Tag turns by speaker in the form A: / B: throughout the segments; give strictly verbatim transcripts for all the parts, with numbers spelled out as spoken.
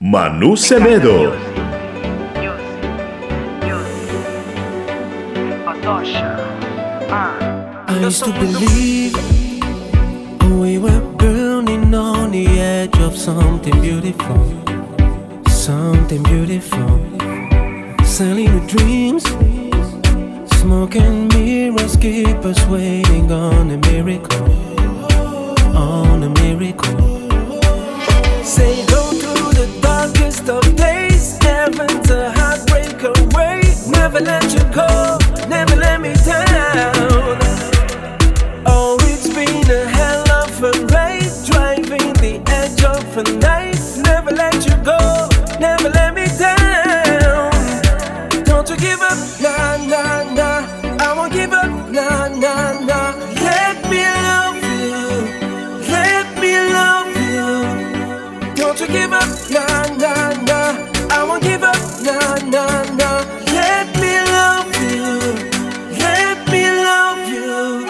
A: Manu Semedo.
B: I used to believe we were burning on the edge of something beautiful, something beautiful. Selling the dreams, smoke and mirrors keep us waiting on a miracle, on a miracle. Say go through the darkest of days, heaven's a heartbreaker way. Never let you go, never let me down. Oh, it's been a hell of a ride, driving the edge of a knife. Never let you go, never let me down. Don't you give up, nah, nah, nah. I won't give up, nah, nah, nah. Let me love you, let me love you. Don't you give up, nah, nah, nah. I won't give up, nah, nah, nah. Let me love you, let me love you.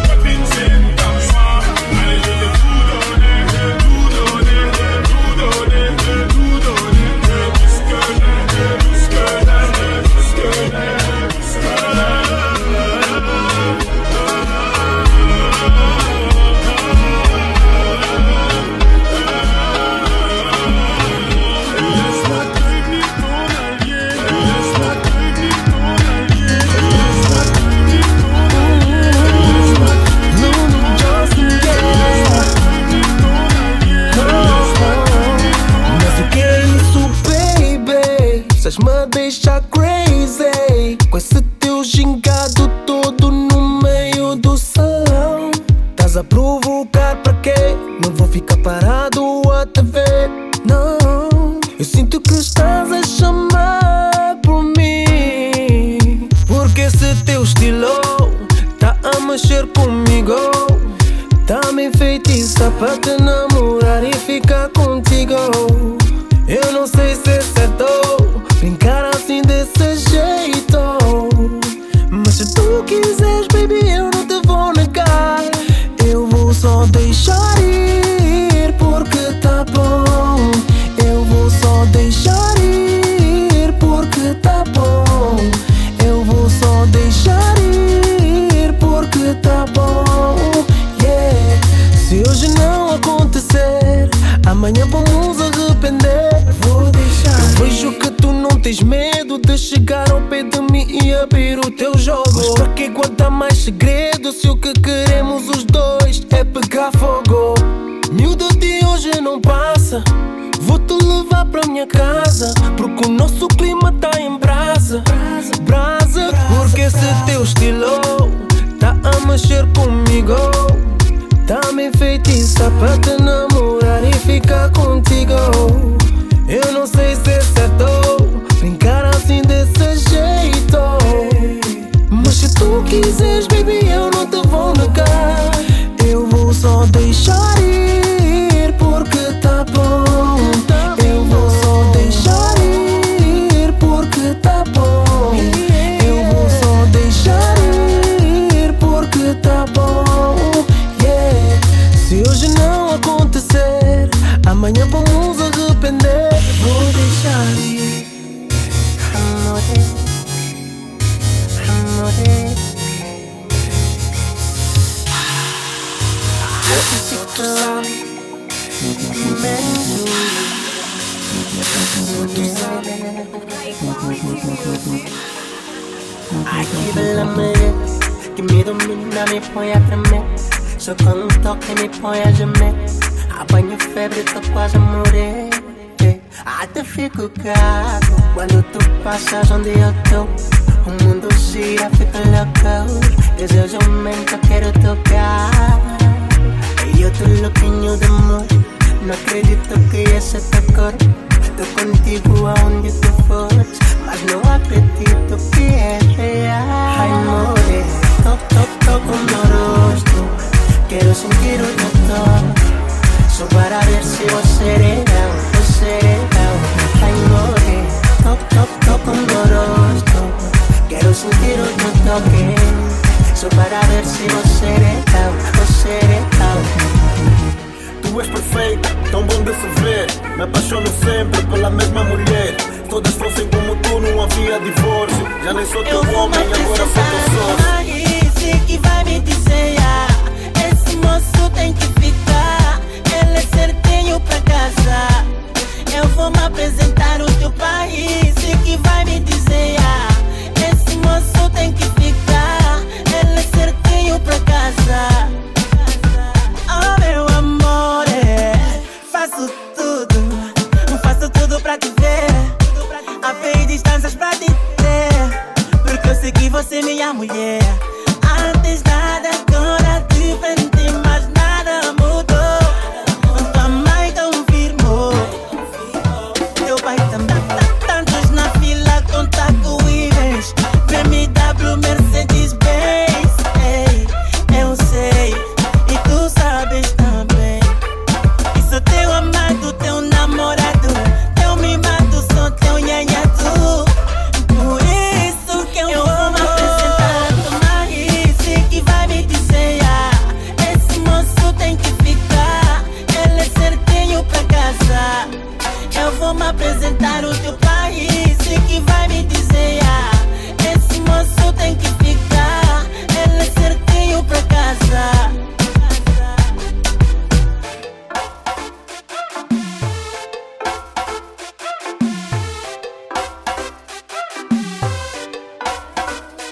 C: Allez, je t'ai tout donné, tout donné, tout donné.
B: deixa crazy. Com esse teu gingado todo no meio do salão. Estás a provocar pra quê? Não vou ficar parado a te ver. Não, eu sinto que estás a chamar por mim. Porque esse teu estilo tá a mexer comigo. Tá me enfeitiça pra te namorar e ficar contigo. Eu não sei se é certo brincar assim desse jeito, mas se tu quiseres, baby, eu não te vou negar. Eu vou só deixar ir porque tá bom. Eu vou só deixar ir porque tá bom. Eu vou só deixar ir porque tá bom. Yeah. Se hoje não acontecer, amanhã vamos arrepender. Vou deixar. Eu vejo que tu não tens medo de chegar ao pé de mim e abrir o teu jogo. Mas pra que guardar mais segredo se o que queremos os dois é pegar fogo? Miúda de hoje não passa. Vou-te levar pra minha casa, porque o nosso clima tá em brasa. Brasa, porque esse teu estilo tá a mexer comigo. Tá me enfeitiça pra te namorar e ficar contigo. Eu não sei se é certo brincar assim desse jeito, mas se tu quiseres, baby, eu não te vou negar. Eu vou só deixar ir porque tá bom. Eu vou só deixar ir porque tá bom. Eu vou só deixar ir porque tá bom. Yeah. Se hoje não acontecer, amanhã vamos arrepender. Vou deixar ir. Amore, amore. Tu sabe,
A: Ai, que bela mulher que me domina, me põe a tremer. Só com um toque me põe a gemer. Apanho febre, tô quase a morrer. Até fico gago quando tu passas onde eu tô. O mundo gira, fica louco. Desejo aumenta, quero tocar. E eu tô louquinho de amor. Não acredito que esse é teu corpo. Tô contigo aonde tu fores, mas não acredito que é real. Ai, more, tô, tô, tô com meu rosto. Quero sentir o teu toque, só para ver se você é real, você é real. Ai, more, tô, tô, tô com meu rosto. Quero sentir o teu toque, só para ver se você é real, você é real.
C: Tu és perfeita, tão bom de se ver. Me apaixono sempre pela mesma mulher. Se todas fossem como tu, não havia divórcio. Já nem sou teu homem, agora sou teu sócio.
A: Esse que vai me dizer, ah, esse moço tem que ficar. Ele é certinho pra casa. Eu vou me apresentar no teu país. Esse que vai me dizer, ah, esse moço tem que ficar. Ele é certinho pra casa. Oh, meu amor, faço tudo, faço tudo pra te ver. A pé e distâncias pra te ter, porque eu sei que você é minha mulher. Antes nada, agora diferente, mas nada mudou. Tua mãe confirmou, teu pai também. Tantos na fila com taco-íveis, B M W, Mercedes Benz. Ei, eu sei, e tu sabes também. Que sou teu amado, teu namorado, teu mimado, sou teu nhanhado. Por isso que eu, eu vou me apresentar a tua mãe. Sei que vai me dizer, ah, esse moço tem que ficar. Ele é certinho pra casa. Eu vou me apresentar o teu país. Sei que vai me dizer, ah, esse moço tem que ficar. Ele é certinho pra casa.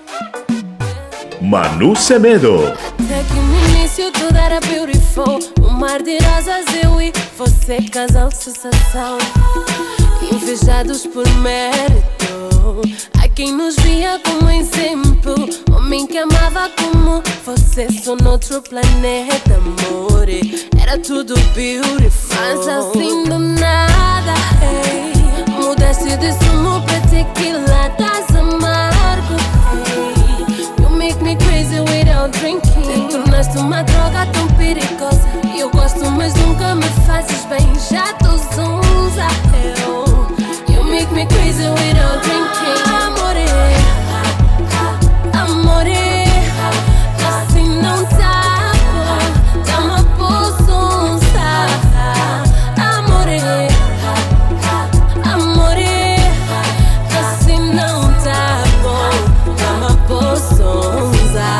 D: Manu Semedo.
E: Até que no início tudo era beautiful. Um
D: mar de rosas, eu e você, casal de sensação, invejados por mérito. Há quem nos via como exemplo, homem que amava como você, só noutro planeta, amor. Era tudo beautiful, mas assim do nada, hey, mudaste de sumo pra tequila, das amargo, hey. You make me crazy without drinking. Te tornaste uma droga tão perigosa. Eu gosto, mas nunca me fazes bem. Já tô zonza, eu. You make me crazy without drinking. Amore, amore, assim não tá bom. Tá-me por zonza. Amore, amore, assim não tá bom. Tá-me por zonza.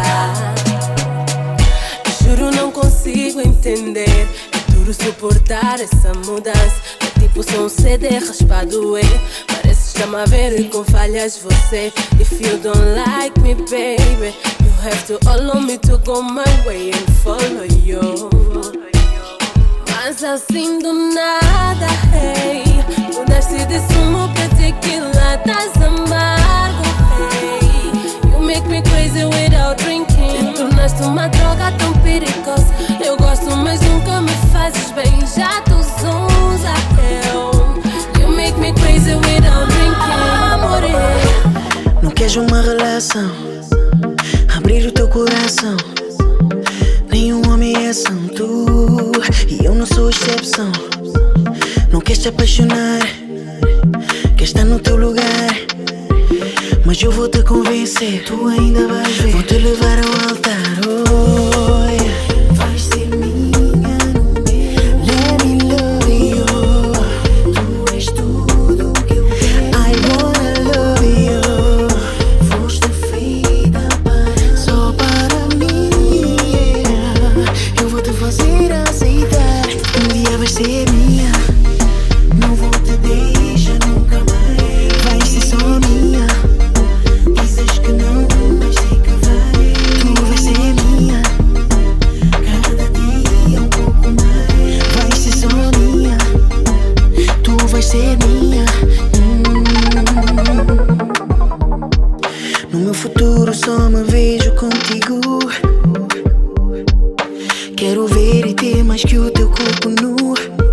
D: Juro, não consigo entender. É duro suportar essa mudança. É tipo só um C D raspado, é. Parece que está-me a ver com falhas você. If you don't like me, baby, you have to allow me to go my way and follow you. Mas assim do nada, hey, mudaste de sumo pra tequila, das amargo, hey. You make me crazy without drinking. Te tornaste uma droga tão perigosa. Eu gosto, mas nunca me fazes bem. Já tô zonza, eu. You make me crazy without drinking. Amore,
E: não queres uma relação, abrir o teu coração. Nenhum homem é santo e eu não sou exceção. Não queres te apaixonar, queres estar no teu lugar. Mas eu vou te convencer, tu ainda vais ver. Vou te levar ao altar, oh, yeah. Vais ser minha no meu. Let me love you. Tu és tudo que eu quero. I wanna love you. Foste feita para, só para mim, yeah. Eu vou te fazer aceitar. Um dia vais ser minha. Não vou te deixar nunca mais. Vais ser só minha. Dizes que não, mas sei que vai. Tu vais ser minha. Cada dia um pouco mais. Vais ser só minha. Tu vais ser minha. Hum. No meu futuro só me vejo contigo. Quero ver e ter mais que o teu corpo nu.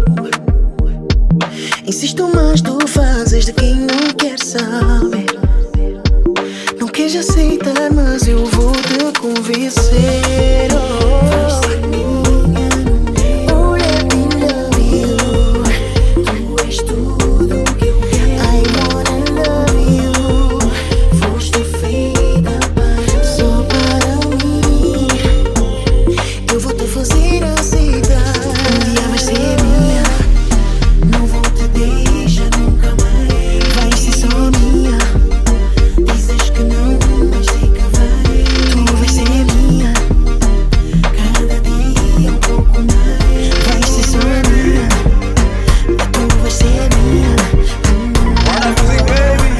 E: Insisto, mas tu fazes de quem não quer saber. Não queres aceitar, mas eu vou te convencer, oh. Vais ser minha no meu. Oh, let me love you. Tu és tudo que eu quero. I wanna love you. Foste feita para, só para mim. Eu vou te fazer aceitar. Um dia vais ser minha. Não vou te deixar nunca mais. Vais ser só minha. Dizes que não, mas sei que vai. Tu vais ser minha. Cada dia um pouco mais. Vais ser só minha. Tu vais ser minha.
C: Bora music, baby.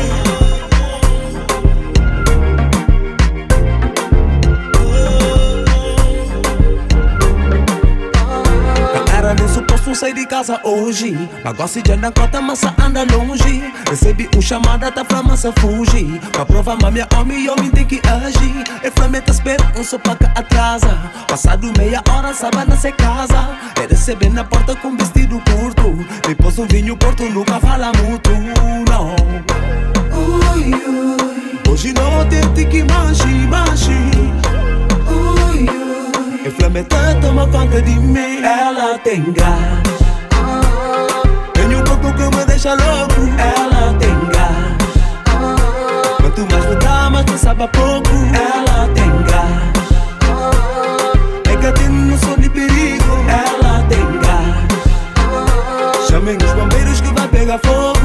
B: Era nem suposto sair de casa hoje, mas gosto de andar com a massa, anda longe. Recebi um chamada, tá pra massa fugir. Pra provar, mas minha homem, homem tem que agir. E Flamengo espera um só pra cá atrasa. Passado meia hora, sábado cê casa. É receber na porta com vestido curto. Depois um vinho porto, nunca fala muito, não. Ui, ui. Hoje não tem que manche, manche. Ui, ui. E Flamengo toma conta de mim. Ela tem gás. Tem um corpo que me deixa louco. Ela tem gás. Quanto mais me dá, mais tu sabe pouco. Ela tem gás. É gatinho no som de perigo. Ela tem gás. Chamem os bombeiros que vai pegar fogo.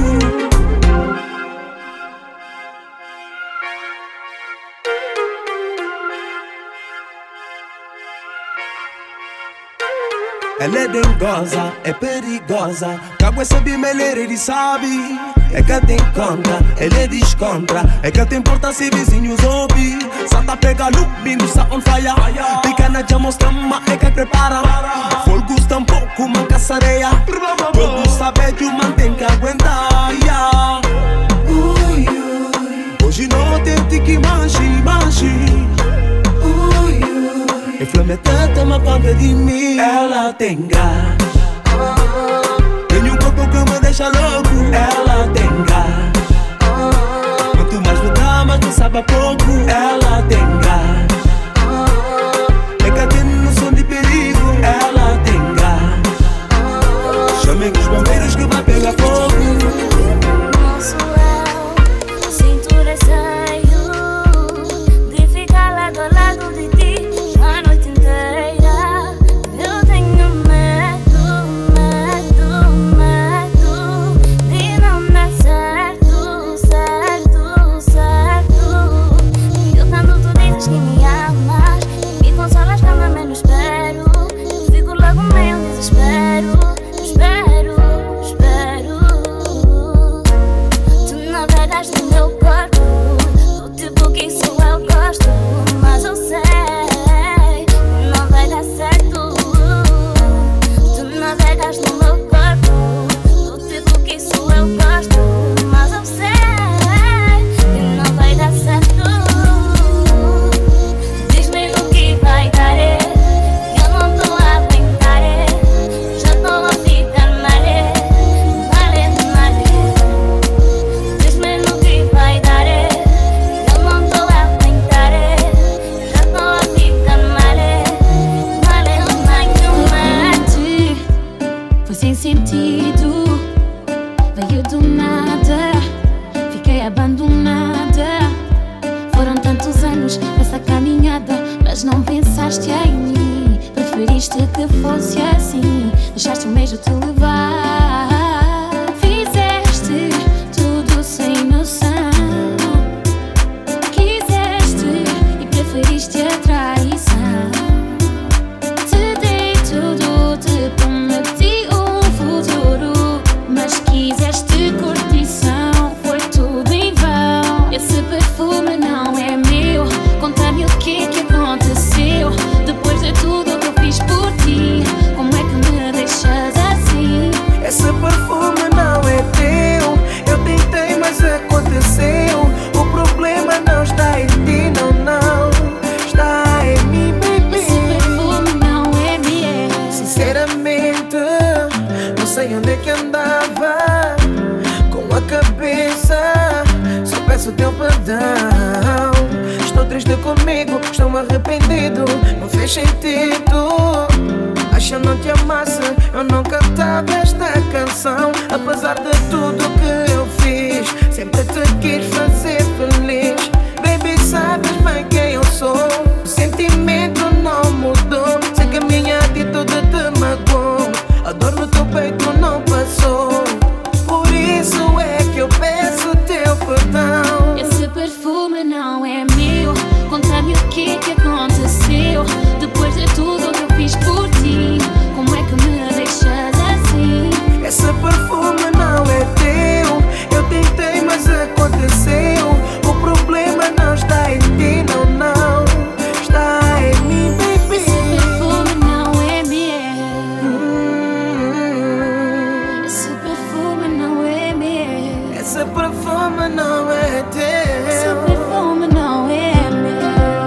B: Ela é dengosa, é perigosa. Cago é saber melhor, ele sabe. É que tem conta, ele é descontra. É que tem importância e vizinhos ouve. Só tá pega look, bingo, sa on fire. Pequena já mostra, mas é que prepara. Fogo está um pouco, manca sareia. Todo sabe que o man tem que aguentar, yeah. Ui, ui. Hoje não tem tique, manche, manche. Ui, ui. E flameta toma conta de mim. Ela tem gás. Tem um corpo que me deixa louco. Ela tem gás. Quanto mais me dá, mais me sabe a pouco. Ela tem gás. É que tem noção de perigo. Ela tem gás. Chamem os bombeiros que vai pegar fogo.
F: Não sou eu, cintura saio de ficar lado a lado de ti a noite inteira. Eu tenho medo, medo, medo de não dar certo, certo, certo. Eu tanto tu dizes que me amas, me consolas quando eu menos espero. Eu fico logo meio em desespero, espero, espero. Tu navegas no meu corpo, do tipo que isso eu gosto, mas eu sei que não vai dar certo. Tu navegas no meu corpo, do tipo que isso eu gosto, mas eu sei que não vai dar certo. Diz-me no que vai dar, eu não tô a aguentar, já tô a ficar mal, mal, mal. Diz-me no que vai dar, eu não tô a aguentar, já tô a ficar mal, mal, mal.
G: Foi sem sentido, veio do nada, fiquei abandonada. Foram tantos anos nessa caminhada, mas não pensaste em mim. Preferiste que fosse assim, deixaste o mesmo te levar. Fizeste tudo sem noção, quiseste e preferiste a traição. Te dei tudo, te prometi um futuro, mas quiseste curtição, foi tudo em vão. Esse perfume não é meu, conta-me o que que aconteceu. Depois de tudo que eu fiz por ti, como é que me deixas assim?
B: Esse perfume não é teu. Eu tentei, mas aconteceu. O problema não está em ti, não, não. Está em mim, baby.
G: Esse perfume não é meu.
B: Sinceramente, não sei onde é que andava com a cabeça. Só peço teu perdão. Estou triste comigo, estou arrependido. Não fez sentido. Acho que eu não te amasse, eu não cantava esta canção. Apesar de tudo que eu fiz, sempre te quis fazer feliz. Baby, sabes bem quem eu sou. O sentimento não mudou. Sei que a minha atitude te magoou. A dor no teu peito não passou. Por isso é que eu peço teu perdão.
G: Esse perfume não é meu, conta-me o que que aconteceu. Depois de tudo que eu fiz por ti, como é que me deixas assim?
B: Esse perfume não é teu. Eu tentei, mas aconteceu. O problema não está em ti, não, não. Está em mim, baby.
G: Esse perfume não é meu.
B: Hum,
G: Esse perfume não é meu.
B: Esse perfume não é
G: Esse
B: teu.
G: perfume não é meu.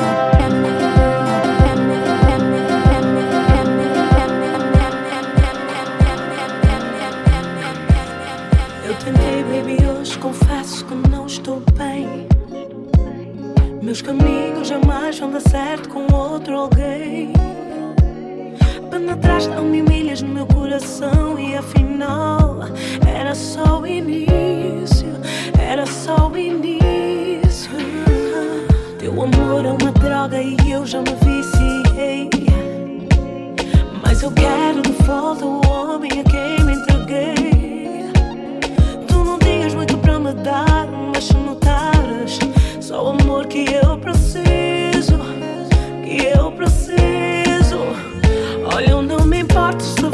H: Eu tentei, baby, hoje confesso que não estou bem. Meus caminhos jamais vão dar certo com outro alguém. Penetraste a mil milhas no meu coração e afinal era só o início, era só o início. Teu amor é uma droga e eu já me viciei, mas eu quero de volta o homem a quem me entreguei. Tu não tinhas muito pra me dar, mas se notares, só o amor que eu preciso, que eu preciso. Olha, eu não me importo se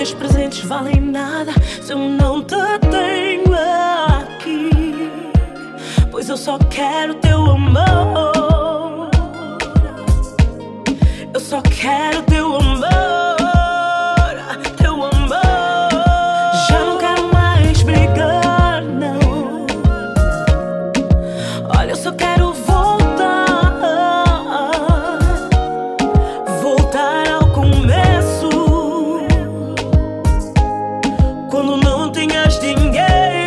H: Teus presentes valem nada se eu não te tenho aqui. Pois eu só quero teu amor. Eu só quero teu amor. Teu amor. Já não quero mais brigar, não. Olha, eu só quero voltar. Voltar ao começo. Quando não tinhas dinheiro.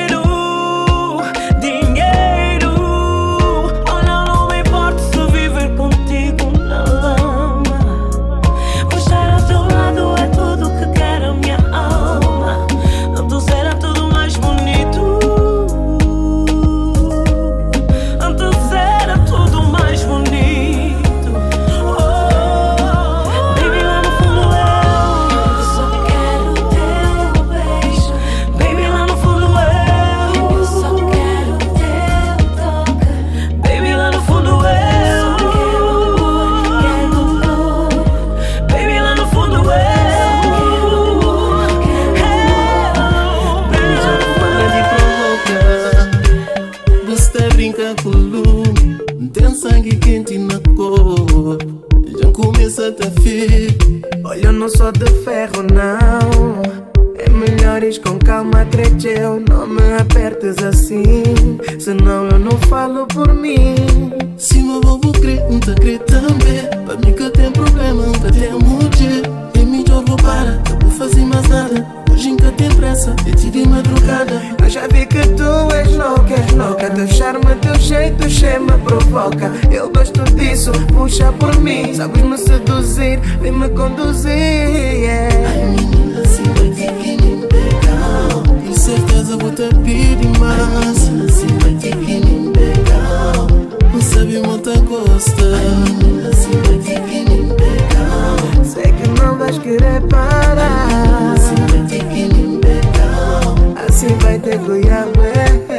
B: Olha, eu não sou de ferro, não. É melhor ir com calma, acredeu. Não me apertes assim, senão eu não falo por mim.
I: Se me vou crer, não te crer também. Para mim que tem problema, nunca tem mulher. É melhor vou parar, não vou fazer mais nada. Hoje nunca tem pressa, é te de madrugada.
B: Eu já vi que tu és louca, és louca. Teu charme, teu jeito, cheio me provoca. Eu gosto disso, puxa por mim. Sabes me seduzir, vem me conduzir, yeah.
I: Ai menina, se vai ter que me pegar. Com certeza vou te pedir mais. Menina, se vai ter que me pegar. Não sabe muita gosta. Ai menina, se vai ter que me pegar.
B: Sei que não vais querer parar.
I: Ai menina, se vai ter que me pegar.
B: Assim vai ter goiaba.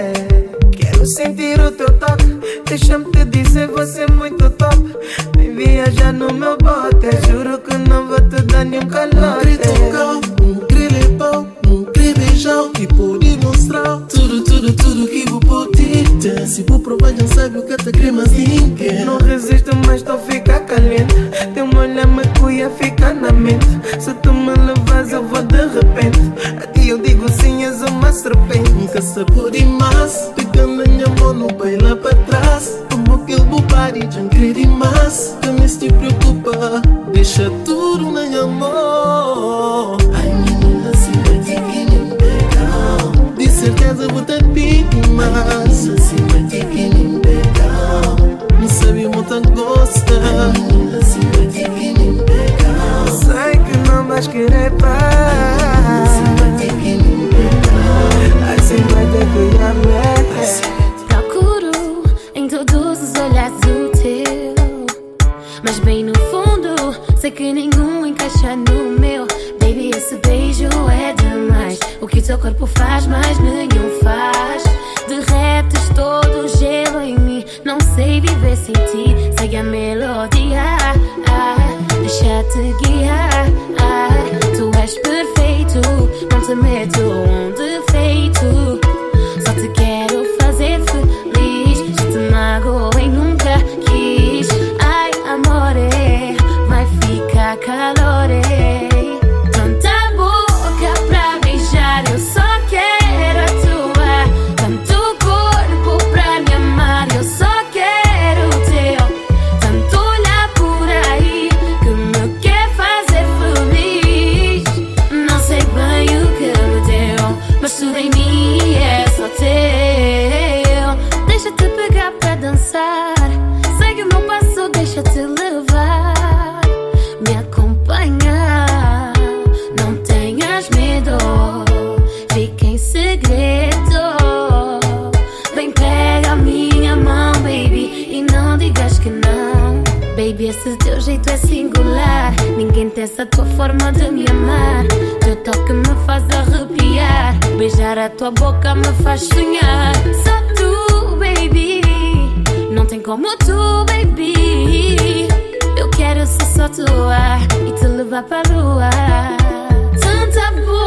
B: Quero sentir o teu toque. Deixa-me te dizer, você é muito top. Vem viajar no meu bote. Juro que não vou te dar nenhum calote.
I: Não queria tocar, não queria levar, não queria beijar. E por mostrar tudo, tudo, tudo que vou poder ter. Se vou provar, já sabe o que te quer, mas ninguém.
B: Não resisto, mas tô fica caliente. Teu olhar me cuia, fica na mente. Se tu me levas, eu vou de repente. A ti eu digo sim, és uma serpente.
I: Nunca se pode mais. Pegando a minha mão, não baila pra trás. Como aquele bobari, já não queria mais. Que me se preocupa, deixa tudo na minha mão. Ai menina, se vai ter que me pegar. De certeza vou te pedir mais. Se vai ter que me pegar. Não sabe muita gosta. Ai menina, se vai ter que me pegar.
B: Sei que não vais querer parar.
I: Se vai ter que me pegar.
B: Assim vai ter que amar.
G: Procuro em todos os olhares o teu, mas bem no fundo sei que nenhum encaixa no meu. Baby, esse beijo é demais. O que o teu corpo faz, mas nenhum faz. Derretes todo o gelo em mim. Não sei viver sem ti. Segue a melodia, ah, deixa-te guiar, ah, tu és perfeito. Não te meto um defeito. Só te quero fazer feliz. Já te magoei, nunca quis. Ai, amore, vai ficar calore. Tanta boca pra beijar, eu só quero a tua. Tanto corpo pra me amar, eu só quero o teu. Tanto olhar por aí que me quer fazer feliz. Não sei bem o que me deu, mas tudo em mim é só teu. Deixa-te pegar pra dançar. Segue o meu passo, deixa-te levar. Me acompanha, não tenhas medo. Fica em segredo. Vem, pega a minha mão, baby, e não digas que não. Baby, esse teu jeito é singular. Ninguém tem essa tua forma de me amar. Teu toque me faz arrepiar. Beijar a tua boca me faz sonhar. Só tu, baby, não tem como tu, baby. Eu quero ser só tua e te levar pra lua. Tanta boa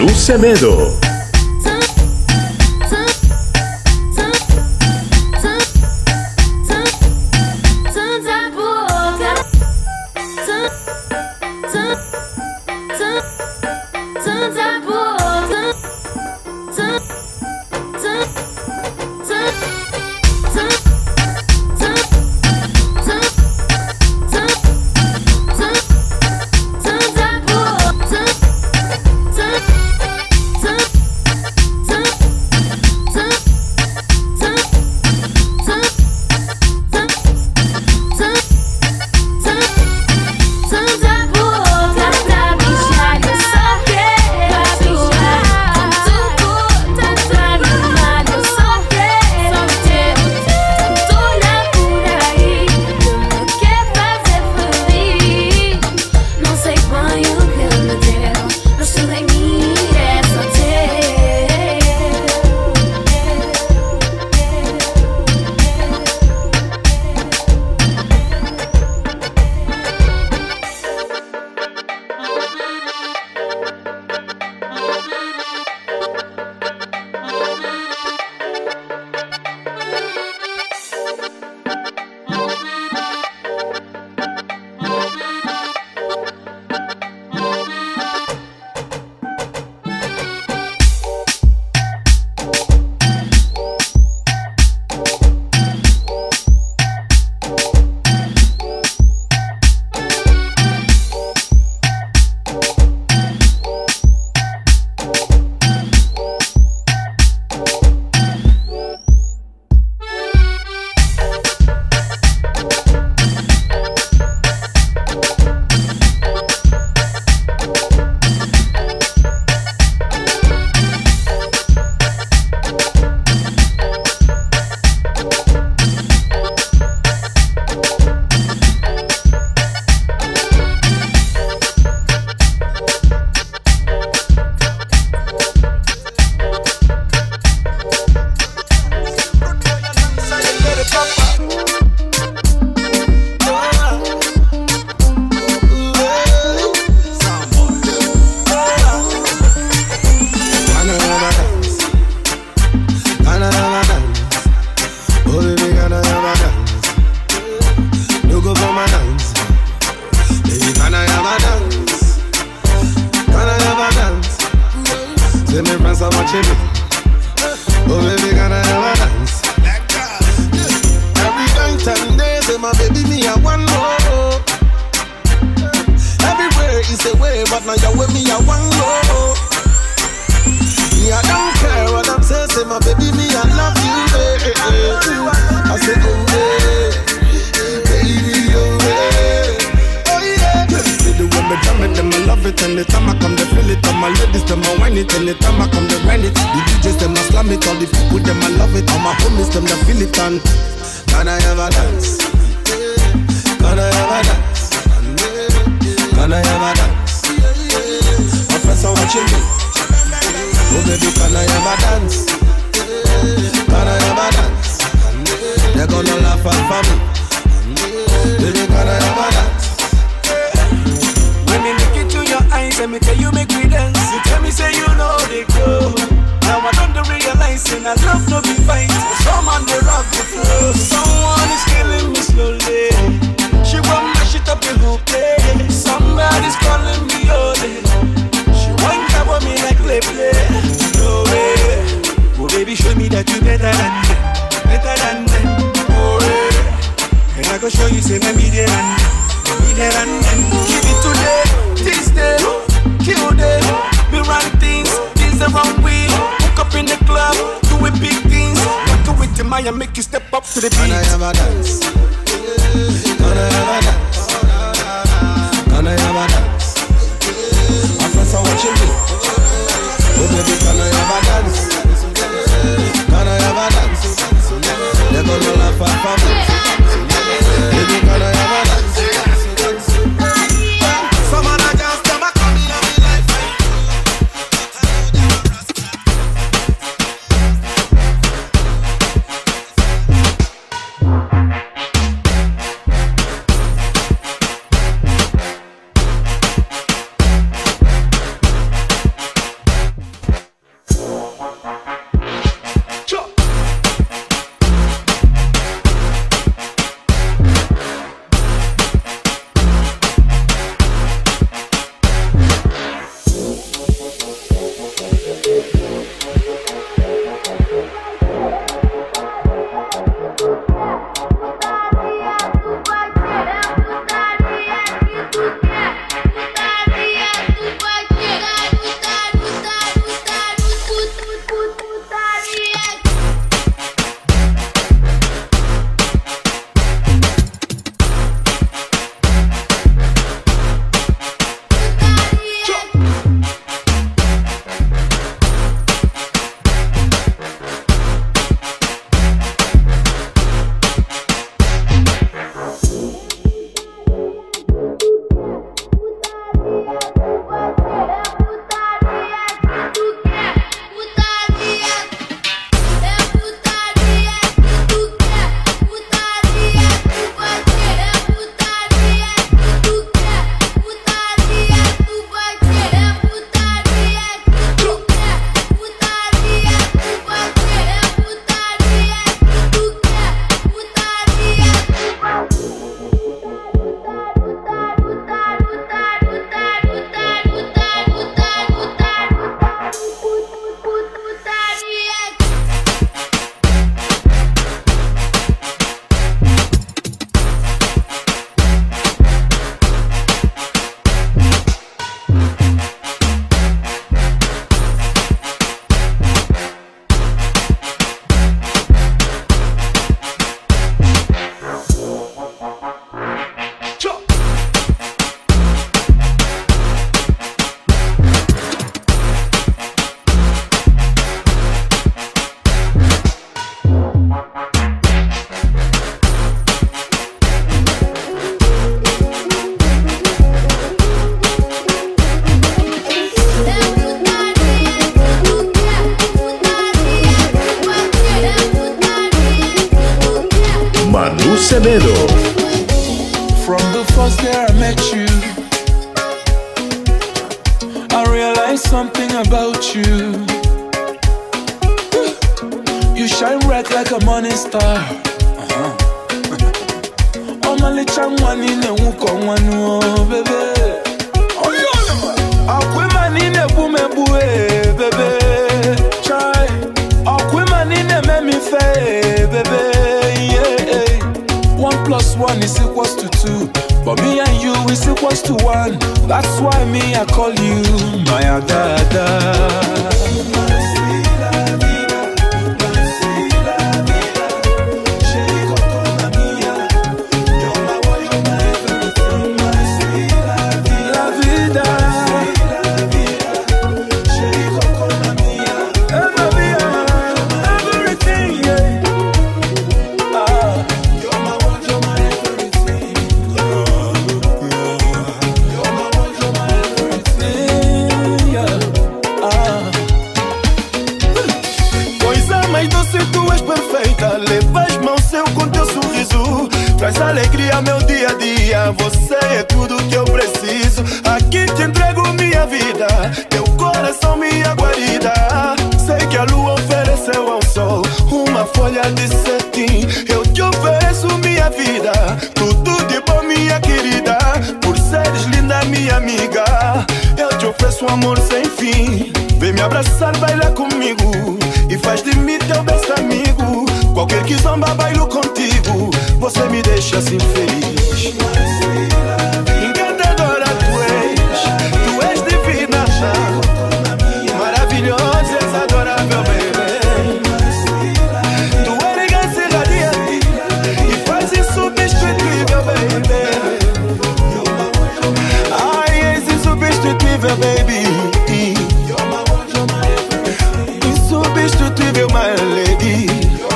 J: Manu Semedo. Manu Semedo.
K: From the first day I met you, I realized something about you. You shine bright like a morning star. Uh-huh. Oh my little one in a wook on one, oh baby. Oh yeah, I'll quit my in a woman, baby. Try, I'll quit my in a mammy fair, baby. Yeah, one plus one is equals to two, but me and you is equals to one. That's why me I call you my dada.
L: Traz alegria ao meu dia a dia. Você é tudo que eu preciso. Aqui te entrego minha vida, teu coração minha guarida. Sei que a lua ofereceu ao sol uma folha de cetim. Eu te ofereço minha vida, tudo de bom minha querida. Por seres linda minha amiga, eu te ofereço um amor sem fim. Vem me abraçar, baila comigo e faz de mim teu best amigo. Qualquer que zomba, bailo contigo. Você me deixa assim feliz. Encantadora tu és, tu és divina, maravilhosa, és adorável, baby. Tua elegância radiante e faz insubstituível, baby. Ai, és insubstituível, baby. Insubstituível, my lady.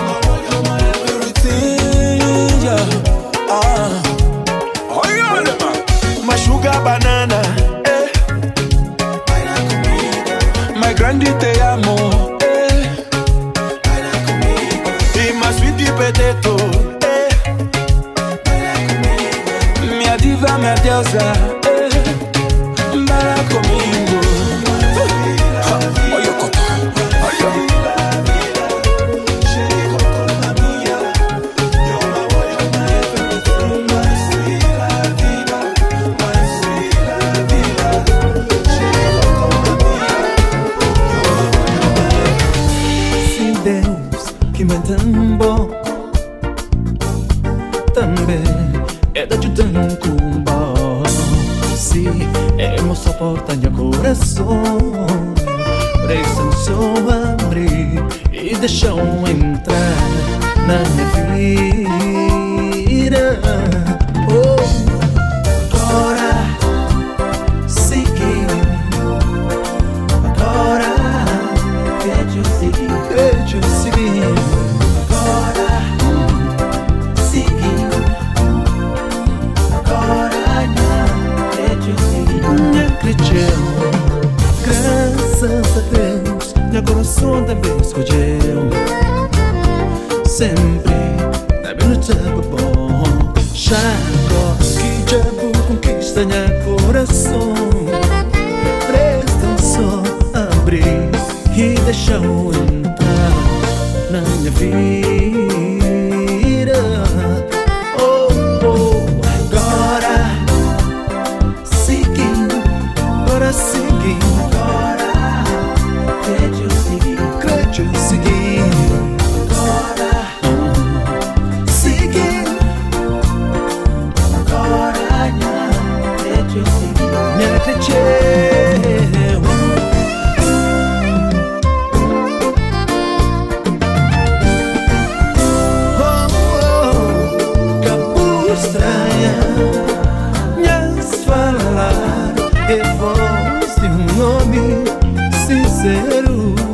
L: Banana, eh. Baila comigo. My grandi te amo, eh. Baila comigo. Y más sweet potato, eh. Baila comigo. Mia diva, mia diosa, eh. Baila comigo. Uh. Oye, coto, oye.
B: Tão bom também é da tão bom. Se hemos soportado o coração, precisam abrir e deixar entrar na minha vida. Oh, agora seguir, agora quero seguir, quero seguir. Graças a Deus, meu coração também escolheu. Sempre na minha tempo bom. Já gosto que já conquista meu coração. Resta só abrir e deixar entrar na minha vida. Oh, oh, agora seguindo, agora seguindo. Creio seguir, agora seguir, agora não creio seguir, não creio. Oh, oh, cabo estranha, minhas falar é voz de um homem sincero.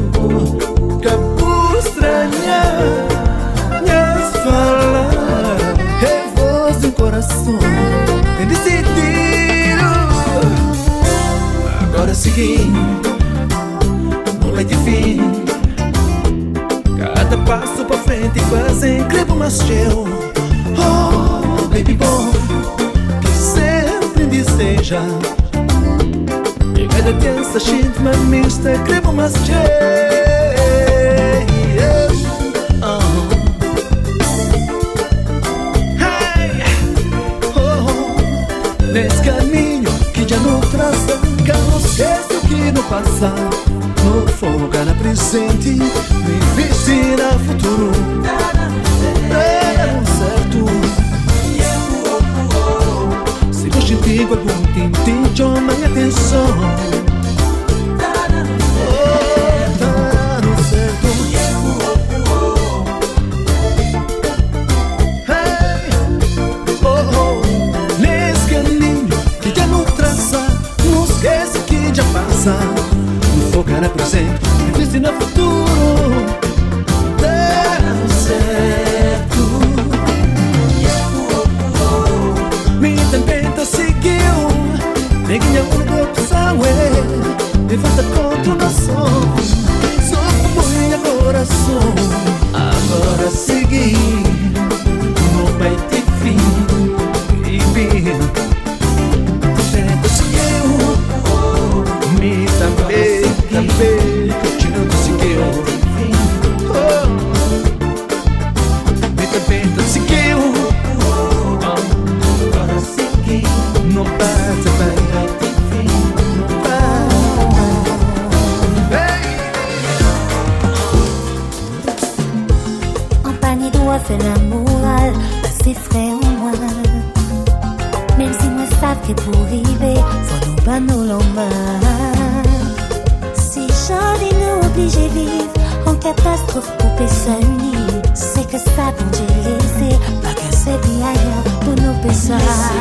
B: Cabo estranha, minhas falar é voz do coração. Tem decidido. Agora seguir, não vai ter fim. Cada passo pra frente faz incrível, mas eu
I: baby bom que sempre deseja. E cada dia se sente uma mista, crebo mas nesse caminho que já não traça, que não esquece o que não passa. No fogo na presente, me vestir a futuro. Era certo. Se gosto de algum tintim, chama minha atenção. No focar na presente, investir no futuro. Deu certo. Minha tempesta seguiu. Neguinha única opção é levanta contra o nosso. Só põe agora som. Agora seguir. Não vai ter fim. Baby. Tempesta seguiu. Me também, também, continuando seguiu. Oh, me também, tu seguiu. Agora seguiu. Não bate, vai, não
F: bate. En panier doit faire la morale, c'est frais au moins. Même si moi savent que pour arriver, faut nous battre nos lendemains. Si j'en ai nous obligé vivre en catastrophe pour ça unir, c'est que ça bon j'ai laissé, pas que c'est bien ailleurs pour nos personnes.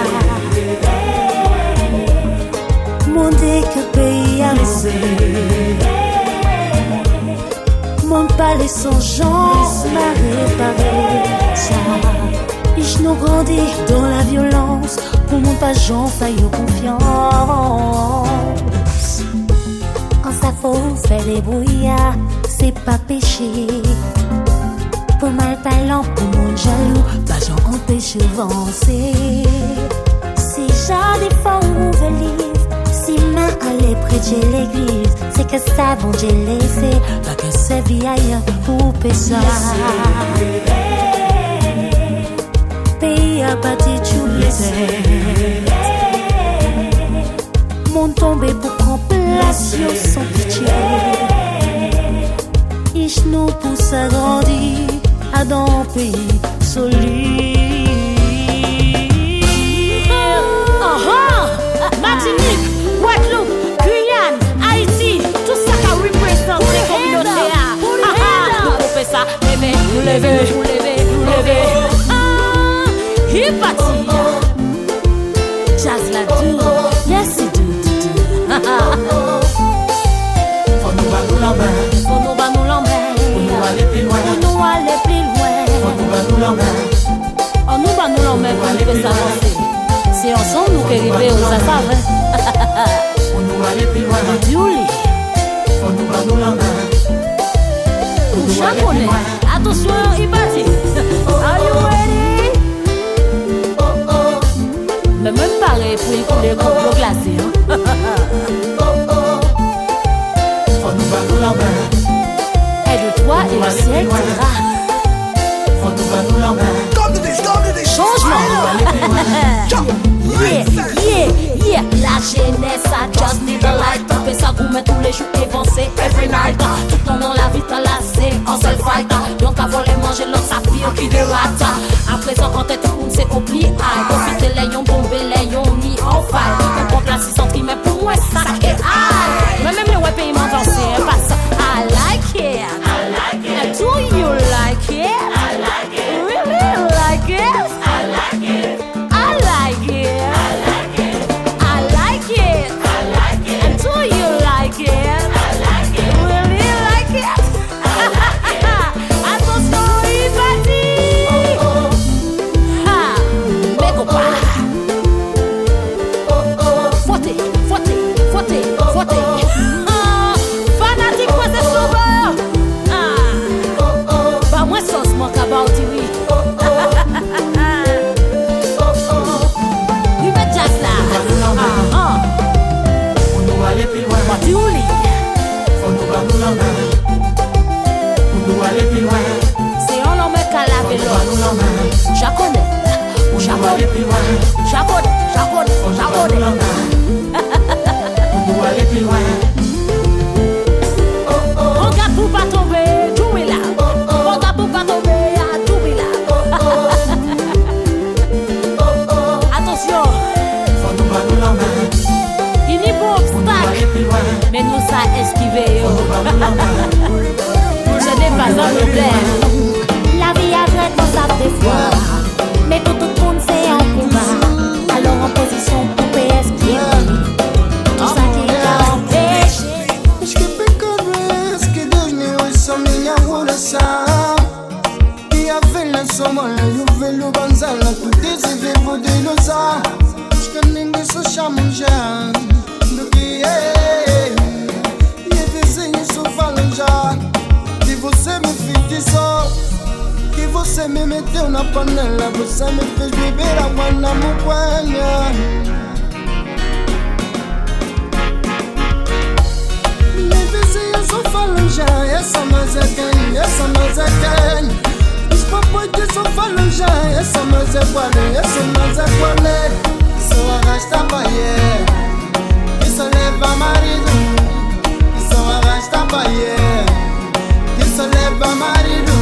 F: Mon Dieu que pays à laisser, mon palais sans chance m'a réparé ça. Ich nous grandis dans la violence. Pour mon pas j'en faille confiance. En ça faut faire des brouillards, c'est pas péché. Pour mal parlant, pour mon jaloux, pas j'en empêche avancer. Si j'ai des fois où je livre, si main allait prêcher l'église, c'est que ça bon j'ai laissé, pas que c'est vie ailleurs pour ça. Pays à bâti tout laisser. Mon tombé pour compilation sans pitié. Ich nous pousse à grandir à dans un pays solide.
J: Uh-huh. Martinique, Guadeloupe, Guyane, Haïti, tout ça qui représente les communautés. Nous pouvons ça, lever, nous lever, nous lever, nous lever. Hip party, jazz la doux, yes it do.
A: Faut nous battre l'envers,
J: faut nous battre l'envers,
A: faut nous aller plus loin,
J: faut nous aller plus loin.
A: Faut nous battre l'envers,
J: on nous bat l'envers pour nous faire avancer. C'est ensemble nous qui arrivons aux affaires.
A: Faut nous aller plus loin,
J: Julie.
A: Faut nous battre l'envers,
J: faut nous aller plus loin. Attention, hip party. Are you ready? Mais même pareil pour y couler comme l'eau glacée.
A: Oh oh, faut nous battre l'envers.
J: Aide-toi et le ciel t'aidera.
A: Faut nous battre l'envers.
J: Changement. Yeah, yeah, yeah. La jeunesse a just need a light. Tout fait ça gourmet tous les jours avancés. Every night. Tout le temps dans la vie t'as lassé. En seul fight. Donc avant les manger l'autre ça pire qui dérate. À présent quand t'es tout le monde c'est compliqué. Profiter les yons tomber les yons ni en faille. On compte la six cents mais pour moi ça est high. Mais même les web pays m'avancent. Pas ça. I like it.
A: I like it.
J: Do you like it?
A: I like it.
J: Really like it?
A: I like it.
J: I like it.
A: I like it.
J: I like it.
A: I like it.
J: And do you like it?
A: I like it.
J: Really like it?
A: I like it.
J: Attention, il va dire.
A: Oh oh.
J: Ah, mais copain.
A: Oh oh.
J: Fouettez, fouettez, fouettez, fouettez. aller plus loin. J'aborde, j'aborde, j'aborde. On doit aller plus loin. Regarde pour pas tomber, tout est là. Regarde pour pas tomber, tout est là. Attention, faut nous battre la main. Il n'y a pas obstacle, mais nous ça esquiver. Ce n'est pas un problème.
F: La vie a traitement ça des fois, mais pour tout le monde c'est un combat. Alors en position pour esquiver tout ça qui t'a empêché.
M: Acho que pecado é que Deus me ouça minha oração. E a velha soma lá e o velho banzala com desse vivo de ilusão. Acho que ninguém só chama já do que é. E a vizinha só fala já que você me feitiçou, que você me meteu na panela, você me fez beber água na muquenha. Minha vizinha só fala já, essa mas é quem, essa mas é quem. Os papos que só falam já, essa mas é qual é, essa mas é qual é. Só arrasta baie, que só leva marido, que só arrasta baie, que só leva marido.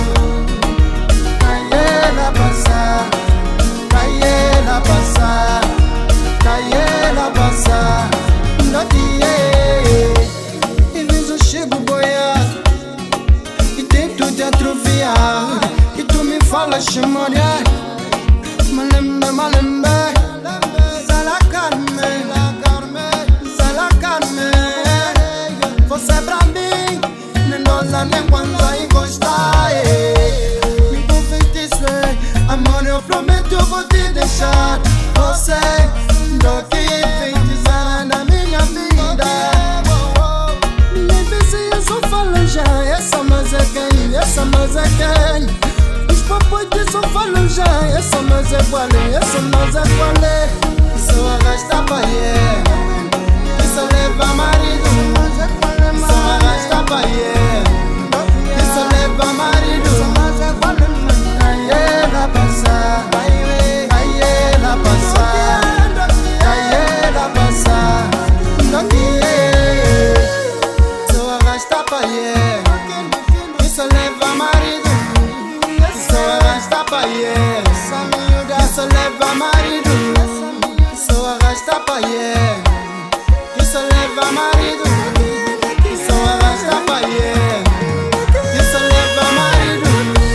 M: Caia passar, caia passar, caia passar. Não tinha. E vezes eu chego boiado e tento te atrofiar. E tu me falas chimoria, malembe, malembe. Sala Carmen, Sala Carmen. Você é pra mim, nem nossa nem quando aí gostar. Me confeitiço, amor, eu prometo eu vou te deixar. Você do que feitiçar na minha vida. Minha vizinha só fala já, essa mas é quem, essa mas é quem. Os papos que só falam já, essa mas é qual é, essa mas é qual é. Isso arrasta baie, isso leva marido, isso arrasta baie, isso leva marido. Aí ela passa, aí ela passa, aí ela passa. Não que isso arrasta baie, isso leva marido, isso arrasta baie, isso leva marido. Arrasta paie, que só leva marido, que só arrasta paie, que só leva marido.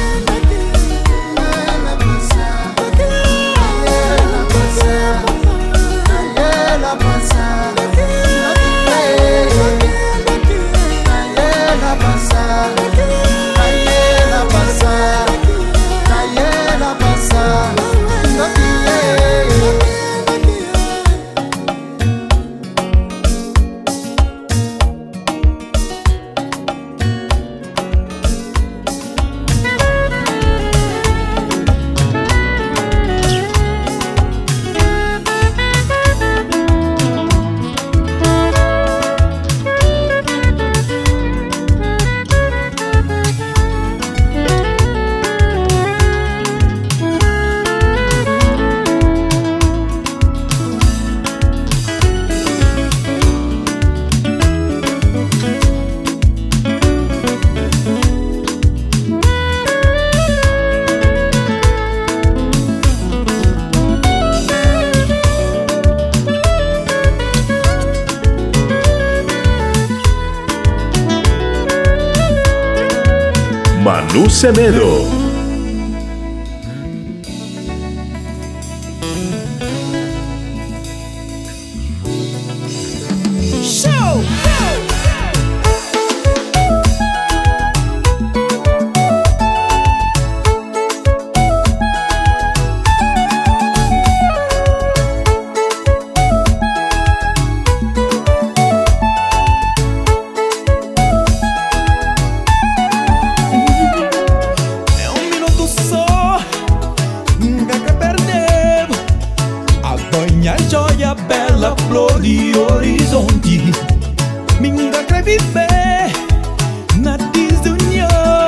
M: Ela passa, ela passa, ela passa, ela passa, ela passa, ela passa.
N: Manu Semedo.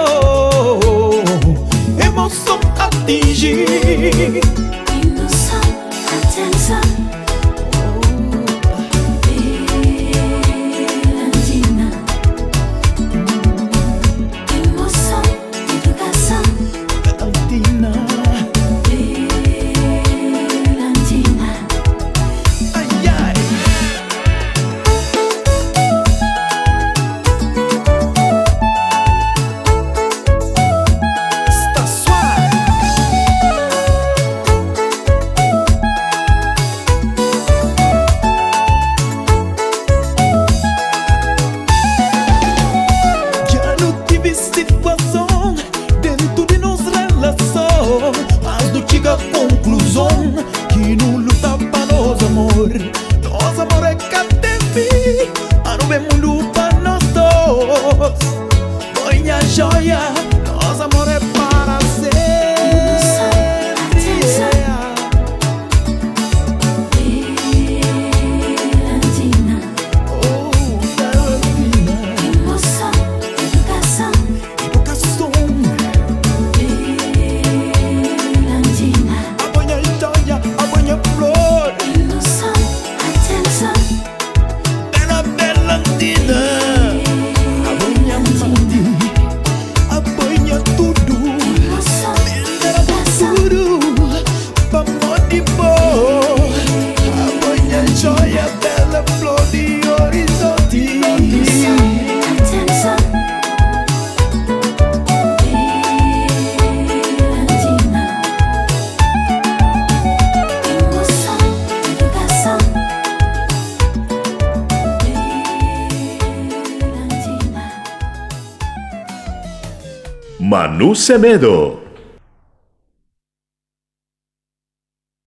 F: Emoção atingir. Emoção
N: Manu Semedo.